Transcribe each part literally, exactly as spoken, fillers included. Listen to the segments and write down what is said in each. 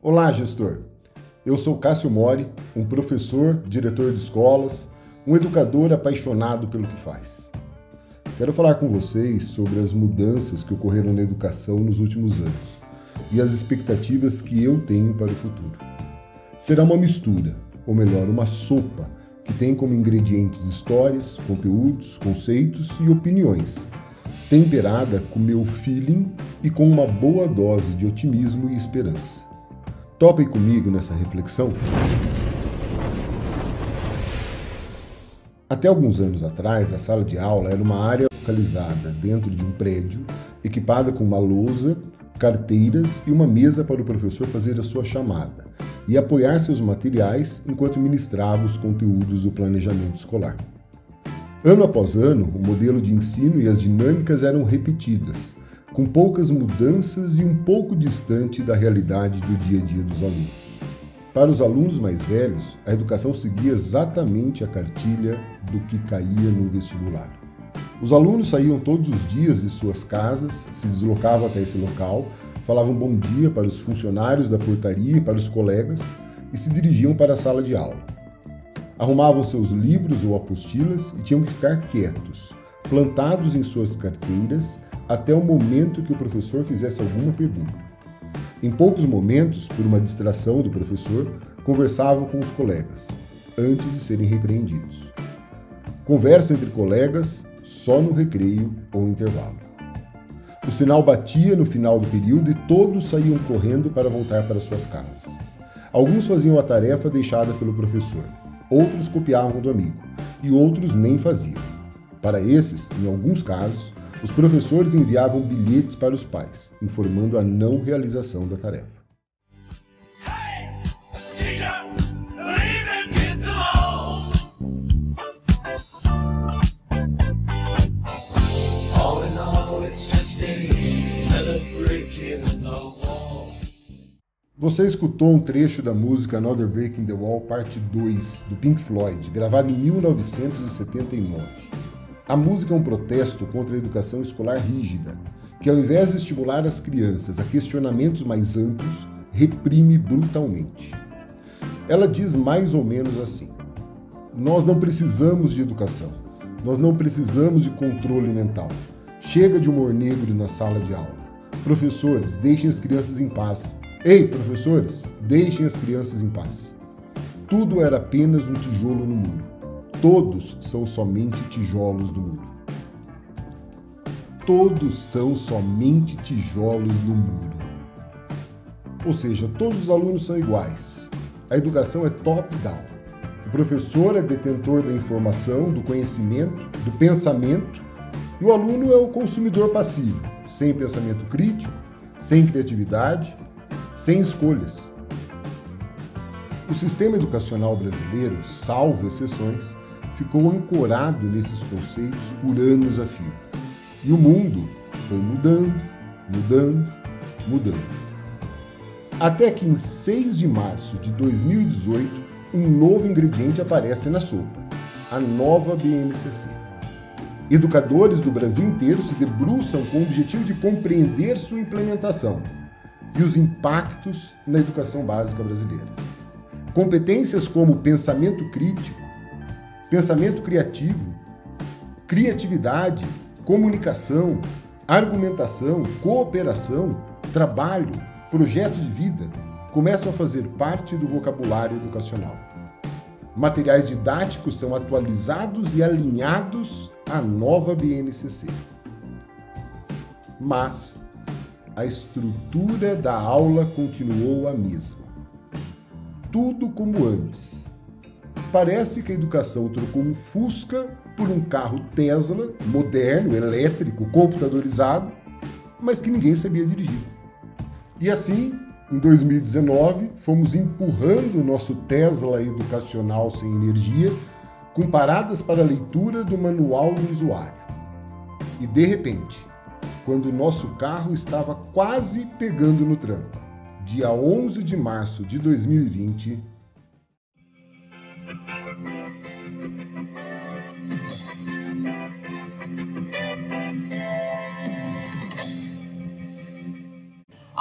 Olá, gestor! Eu sou Cássio Mori, um professor, diretor de escolas, um educador apaixonado pelo que faz. Quero falar com vocês sobre as mudanças que ocorreram na educação nos últimos anos e as expectativas que eu tenho para o futuro. Será uma mistura, ou melhor, uma sopa, que tem como ingredientes histórias, conteúdos, conceitos e opiniões, temperada com meu feeling e com uma boa dose de otimismo e esperança. Topem comigo nessa reflexão? Até alguns anos atrás, a sala de aula era uma área localizada dentro de um prédio, equipada com uma lousa, carteiras e uma mesa para o professor fazer a sua chamada e apoiar seus materiais enquanto ministrava os conteúdos do planejamento escolar. Ano após ano, o modelo de ensino e as dinâmicas eram repetidas, com poucas mudanças e um pouco distante da realidade do dia a dia dos alunos. Para os alunos mais velhos, a educação seguia exatamente a cartilha do que caía no vestibular. Os alunos saíam todos os dias de suas casas, se deslocavam até esse local, falavam bom dia para os funcionários da portaria e para os colegas e se dirigiam para a sala de aula. Arrumavam seus livros ou apostilas e tinham que ficar quietos, plantados em suas carteiras, até o momento que o professor fizesse alguma pergunta. Em poucos momentos, por uma distração do professor, conversavam com os colegas, antes de serem repreendidos. Conversa entre colegas só no recreio ou intervalo. O sinal batia no final do período e todos saíam correndo para voltar para suas casas. Alguns faziam a tarefa deixada pelo professor, outros copiavam do amigo e outros nem faziam. Para esses, em alguns casos, os professores enviavam bilhetes para os pais, informando a não realização da tarefa. Você escutou um trecho da música Another Break in the Wall, parte dois, do Pink Floyd, gravada em mil novecentos e setenta e nove. A música é um protesto contra a educação escolar rígida, que ao invés de estimular as crianças a questionamentos mais amplos, reprime brutalmente. Ela diz mais ou menos assim: nós não precisamos de educação, nós não precisamos de controle mental. Chega de humor negro na sala de aula. Professores, deixem as crianças em paz. Ei, professores, deixem as crianças em paz. Tudo era apenas um tijolo no muro. Todos são somente tijolos do muro. Todos são somente tijolos do muro. Ou seja, todos os alunos são iguais. A educação é top-down. O professor é detentor da informação, do conhecimento, do pensamento, e o aluno é o consumidor passivo, sem pensamento crítico, sem criatividade, sem escolhas. O sistema educacional brasileiro, salvo exceções, ficou ancorado nesses conceitos por anos a fio. E o mundo foi mudando, mudando, mudando. Até que em seis de março de dois mil e dezoito, um novo ingrediente aparece na sopa, a nova B N C C. Educadores do Brasil inteiro se debruçam com o objetivo de compreender sua implementação e os impactos na educação básica brasileira. Competências como pensamento crítico, pensamento criativo, criatividade, comunicação, argumentação, cooperação, trabalho, projeto de vida começam a fazer parte do vocabulário educacional. Materiais didáticos são atualizados e alinhados à nova B N C C. Mas a estrutura da aula continuou a mesma. Tudo como antes. Parece que a educação trocou um Fusca por um carro Tesla, moderno, elétrico, computadorizado, mas que ninguém sabia dirigir. E assim, em dois mil e dezenove, fomos empurrando o nosso Tesla educacional sem energia, com paradas para a leitura do manual do usuário. E de repente, quando o nosso carro estava quase pegando no tranco, dia onze de março de dois mil e vinte,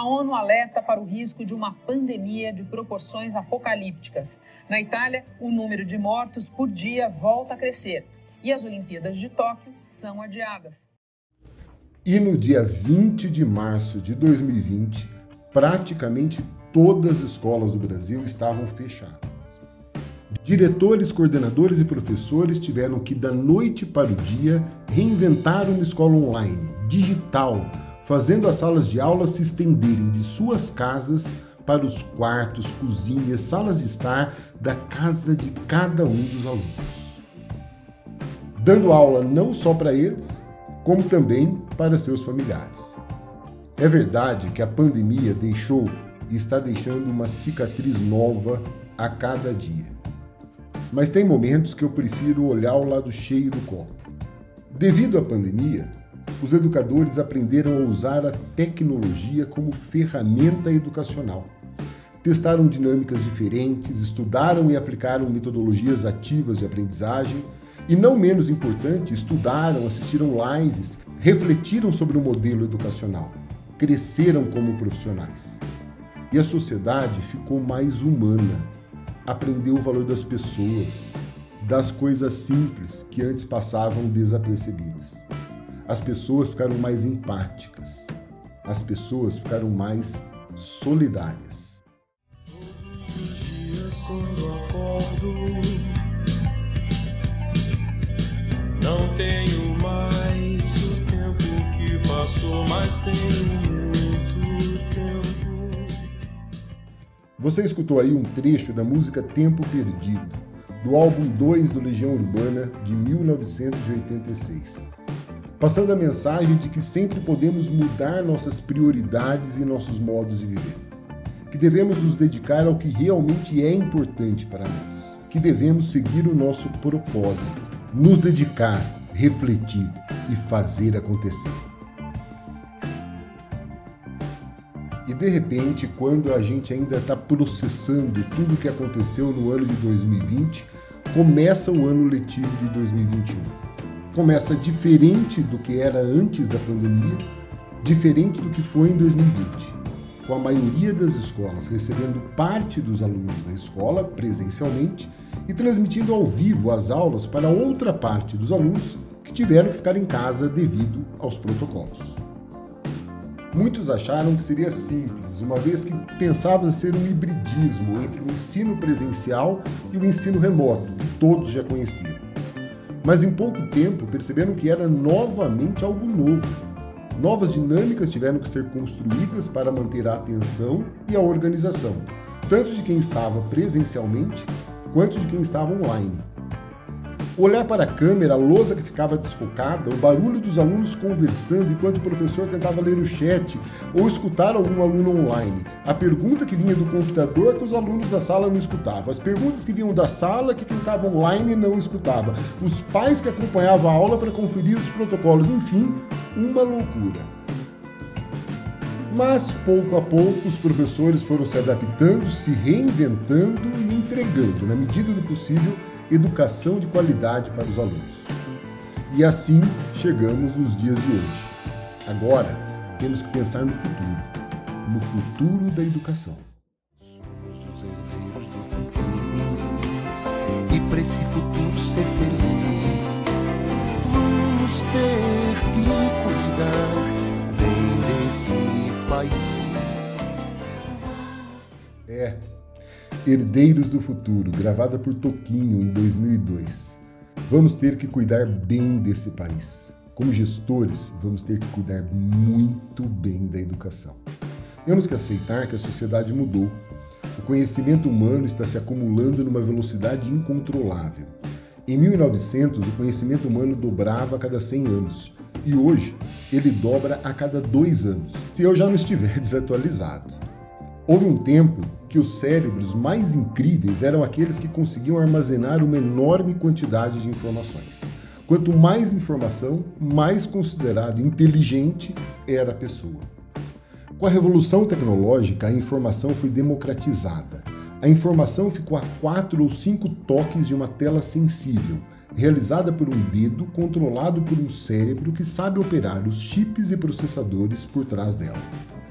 A ONU alerta para o risco de uma pandemia de proporções apocalípticas. Na Itália, o número de mortos por dia volta a crescer. E as Olimpíadas de Tóquio são adiadas. E no dia vinte de março de dois mil e vinte, praticamente todas as escolas do Brasil estavam fechadas. Diretores, coordenadores e professores tiveram que, da noite para o dia, reinventar uma escola online, digital, fazendo as salas de aula se estenderem de suas casas para os quartos, cozinhas, salas de estar da casa de cada um dos alunos. Dando aula não só para eles, como também para seus familiares. É verdade que a pandemia deixou e está deixando uma cicatriz nova a cada dia. Mas tem momentos que eu prefiro olhar o lado cheio do copo. Devido à pandemia, os educadores aprenderam a usar a tecnologia como ferramenta educacional. Testaram dinâmicas diferentes, estudaram e aplicaram metodologias ativas de aprendizagem e, não menos importante, estudaram, assistiram lives, refletiram sobre o modelo educacional, cresceram como profissionais. E a sociedade ficou mais humana, aprendeu o valor das pessoas, das coisas simples que antes passavam desapercebidas. As pessoas ficaram mais empáticas, as pessoas ficaram mais solidárias. Todos os dias quando acordo, não tenho mais o tempo que passou, mas tenho muito tempo. Você escutou aí um trecho da música Tempo Perdido, do álbum dois do Legião Urbana, de mil novecentos e oitenta e seis. Passando a mensagem de que sempre podemos mudar nossas prioridades e nossos modos de viver. Que devemos nos dedicar ao que realmente é importante para nós. Que devemos seguir o nosso propósito. Nos dedicar, refletir e fazer acontecer. E de repente, quando a gente ainda está processando tudo o que aconteceu no ano de dois mil e vinte, começa o ano letivo de dois mil e vinte e um. Começa diferente do que era antes da pandemia, diferente do que foi em dois mil e vinte, com a maioria das escolas recebendo parte dos alunos da escola presencialmente e transmitindo ao vivo as aulas para outra parte dos alunos que tiveram que ficar em casa devido aos protocolos. Muitos acharam que seria simples, uma vez que pensavam ser um hibridismo entre o ensino presencial e o ensino remoto, que todos já conheciam. Mas em pouco tempo perceberam que era novamente algo novo. Novas dinâmicas tiveram que ser construídas para manter a atenção e a organização, tanto de quem estava presencialmente, quanto de quem estava online. Olhar para a câmera, a lousa que ficava desfocada, o barulho dos alunos conversando enquanto o professor tentava ler o chat ou escutar algum aluno online, a pergunta que vinha do computador que os alunos da sala não escutavam, as perguntas que vinham da sala que quem estava online não escutava, os pais que acompanhavam a aula para conferir os protocolos, enfim, uma loucura. Mas, pouco a pouco, os professores foram se adaptando, se reinventando e entregando, na medida do possível, educação de qualidade para os alunos. E assim chegamos nos dias de hoje. Agora, temos que pensar no futuro, no futuro da educação. Somos os herdeiros do futuro, e para esse futuro ser feliz, vamos ter que cuidar bem desse país. É. Herdeiros do Futuro, gravada por Toquinho em dois mil e dois. Vamos ter que cuidar bem desse país. Como gestores, vamos ter que cuidar muito bem da educação. Temos que aceitar que a sociedade mudou. O conhecimento humano está se acumulando numa velocidade incontrolável. Em mil e novecentos, o conhecimento humano dobrava a cada cem anos. E hoje, ele dobra a cada dois anos, se eu já não estiver desatualizado. Houve um tempo que os cérebros mais incríveis eram aqueles que conseguiam armazenar uma enorme quantidade de informações. Quanto mais informação, mais considerado inteligente era a pessoa. Com a revolução tecnológica, a informação foi democratizada. A informação ficou a quatro ou cinco toques de uma tela sensível, realizada por um dedo controlado por um cérebro que sabe operar os chips e processadores por trás dela.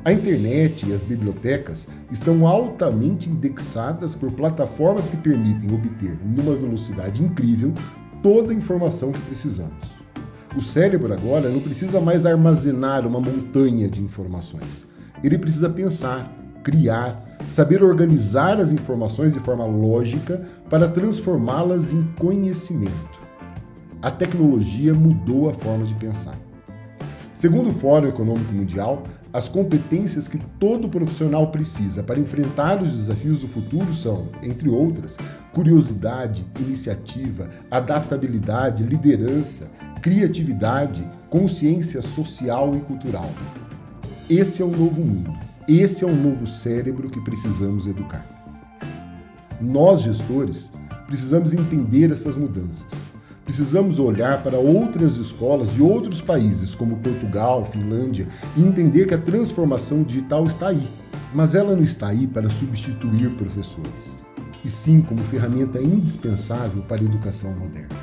A internet e as bibliotecas estão altamente indexadas por plataformas que permitem obter, numa velocidade incrível, toda a informação que precisamos. O cérebro agora não precisa mais armazenar uma montanha de informações. Ele precisa pensar, criar, saber organizar as informações de forma lógica para transformá-las em conhecimento. A tecnologia mudou a forma de pensar. Segundo o Fórum Econômico Mundial, as competências que todo profissional precisa para enfrentar os desafios do futuro são, entre outras, curiosidade, iniciativa, adaptabilidade, liderança, criatividade, consciência social e cultural. Esse é o novo mundo. Esse é o novo cérebro que precisamos educar. Nós, gestores, precisamos entender essas mudanças. Precisamos olhar para outras escolas de outros países, como Portugal, Finlândia, e entender que a transformação digital está aí. Mas ela não está aí para substituir professores, e sim como ferramenta indispensável para a educação moderna.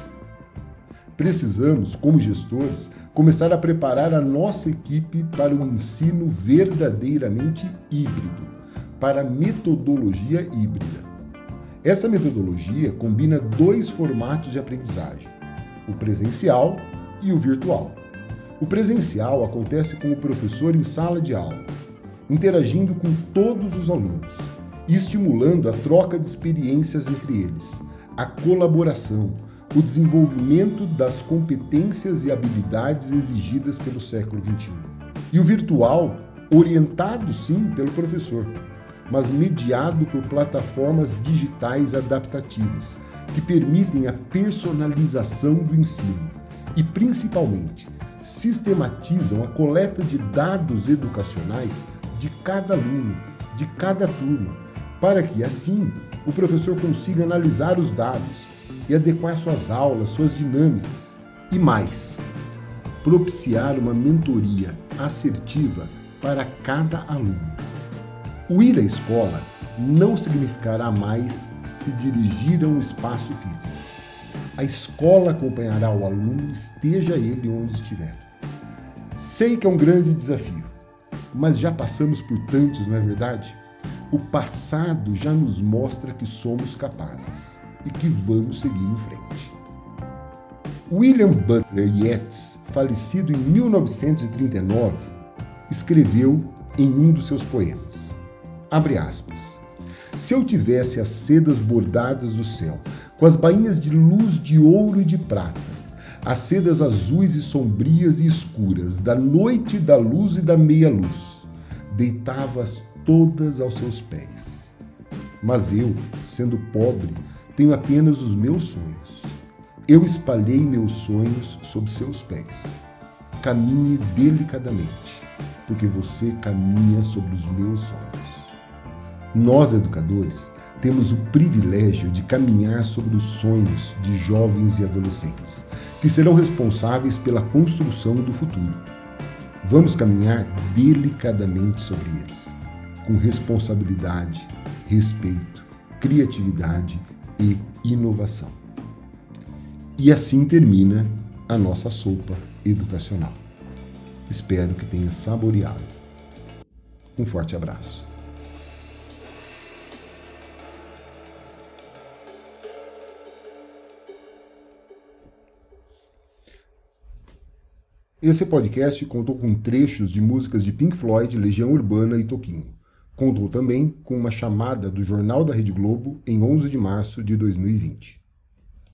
Precisamos, como gestores, começar a preparar a nossa equipe para o ensino verdadeiramente híbrido, para a metodologia híbrida. Essa metodologia combina dois formatos de aprendizagem, o presencial e o virtual. O presencial acontece com o professor em sala de aula, interagindo com todos os alunos e estimulando a troca de experiências entre eles, a colaboração, o desenvolvimento das competências e habilidades exigidas pelo século vinte e um. E o virtual, orientado sim pelo professor, mas mediado por plataformas digitais adaptativas, que permitem a personalização do ensino e, principalmente, sistematizam a coleta de dados educacionais de cada aluno, de cada turma, para que, assim, o professor consiga analisar os dados e adequar suas aulas, suas dinâmicas. E mais, propiciar uma mentoria assertiva para cada aluno. O ir à escola não significará mais se dirigir a um espaço físico. A escola acompanhará o aluno, esteja ele onde estiver. Sei que é um grande desafio, mas já passamos por tantos, não é verdade? O passado já nos mostra que somos capazes e que vamos seguir em frente. William Butler Yeats, falecido em mil novecentos e trinta e nove, escreveu em um dos seus poemas, abre aspas, se eu tivesse as sedas bordadas do céu, com as bainhas de luz de ouro e de prata, as sedas azuis e sombrias e escuras, da noite, da luz e da meia-luz, deitava-as todas aos seus pés. Mas eu, sendo pobre, tenho apenas os meus sonhos. Eu espalhei meus sonhos sob seus pés. Caminhe delicadamente, porque você caminha sobre os meus sonhos. Nós, educadores, temos o privilégio de caminhar sobre os sonhos de jovens e adolescentes, que serão responsáveis pela construção do futuro. Vamos caminhar delicadamente sobre eles, com responsabilidade, respeito, criatividade e inovação. E assim termina a nossa sopa educacional. Espero que tenha saboreado. Um forte abraço. Esse podcast contou com trechos de músicas de Pink Floyd, Legião Urbana e Toquinho. Contou também com uma chamada do Jornal da Rede Globo em onze de março de dois mil e vinte.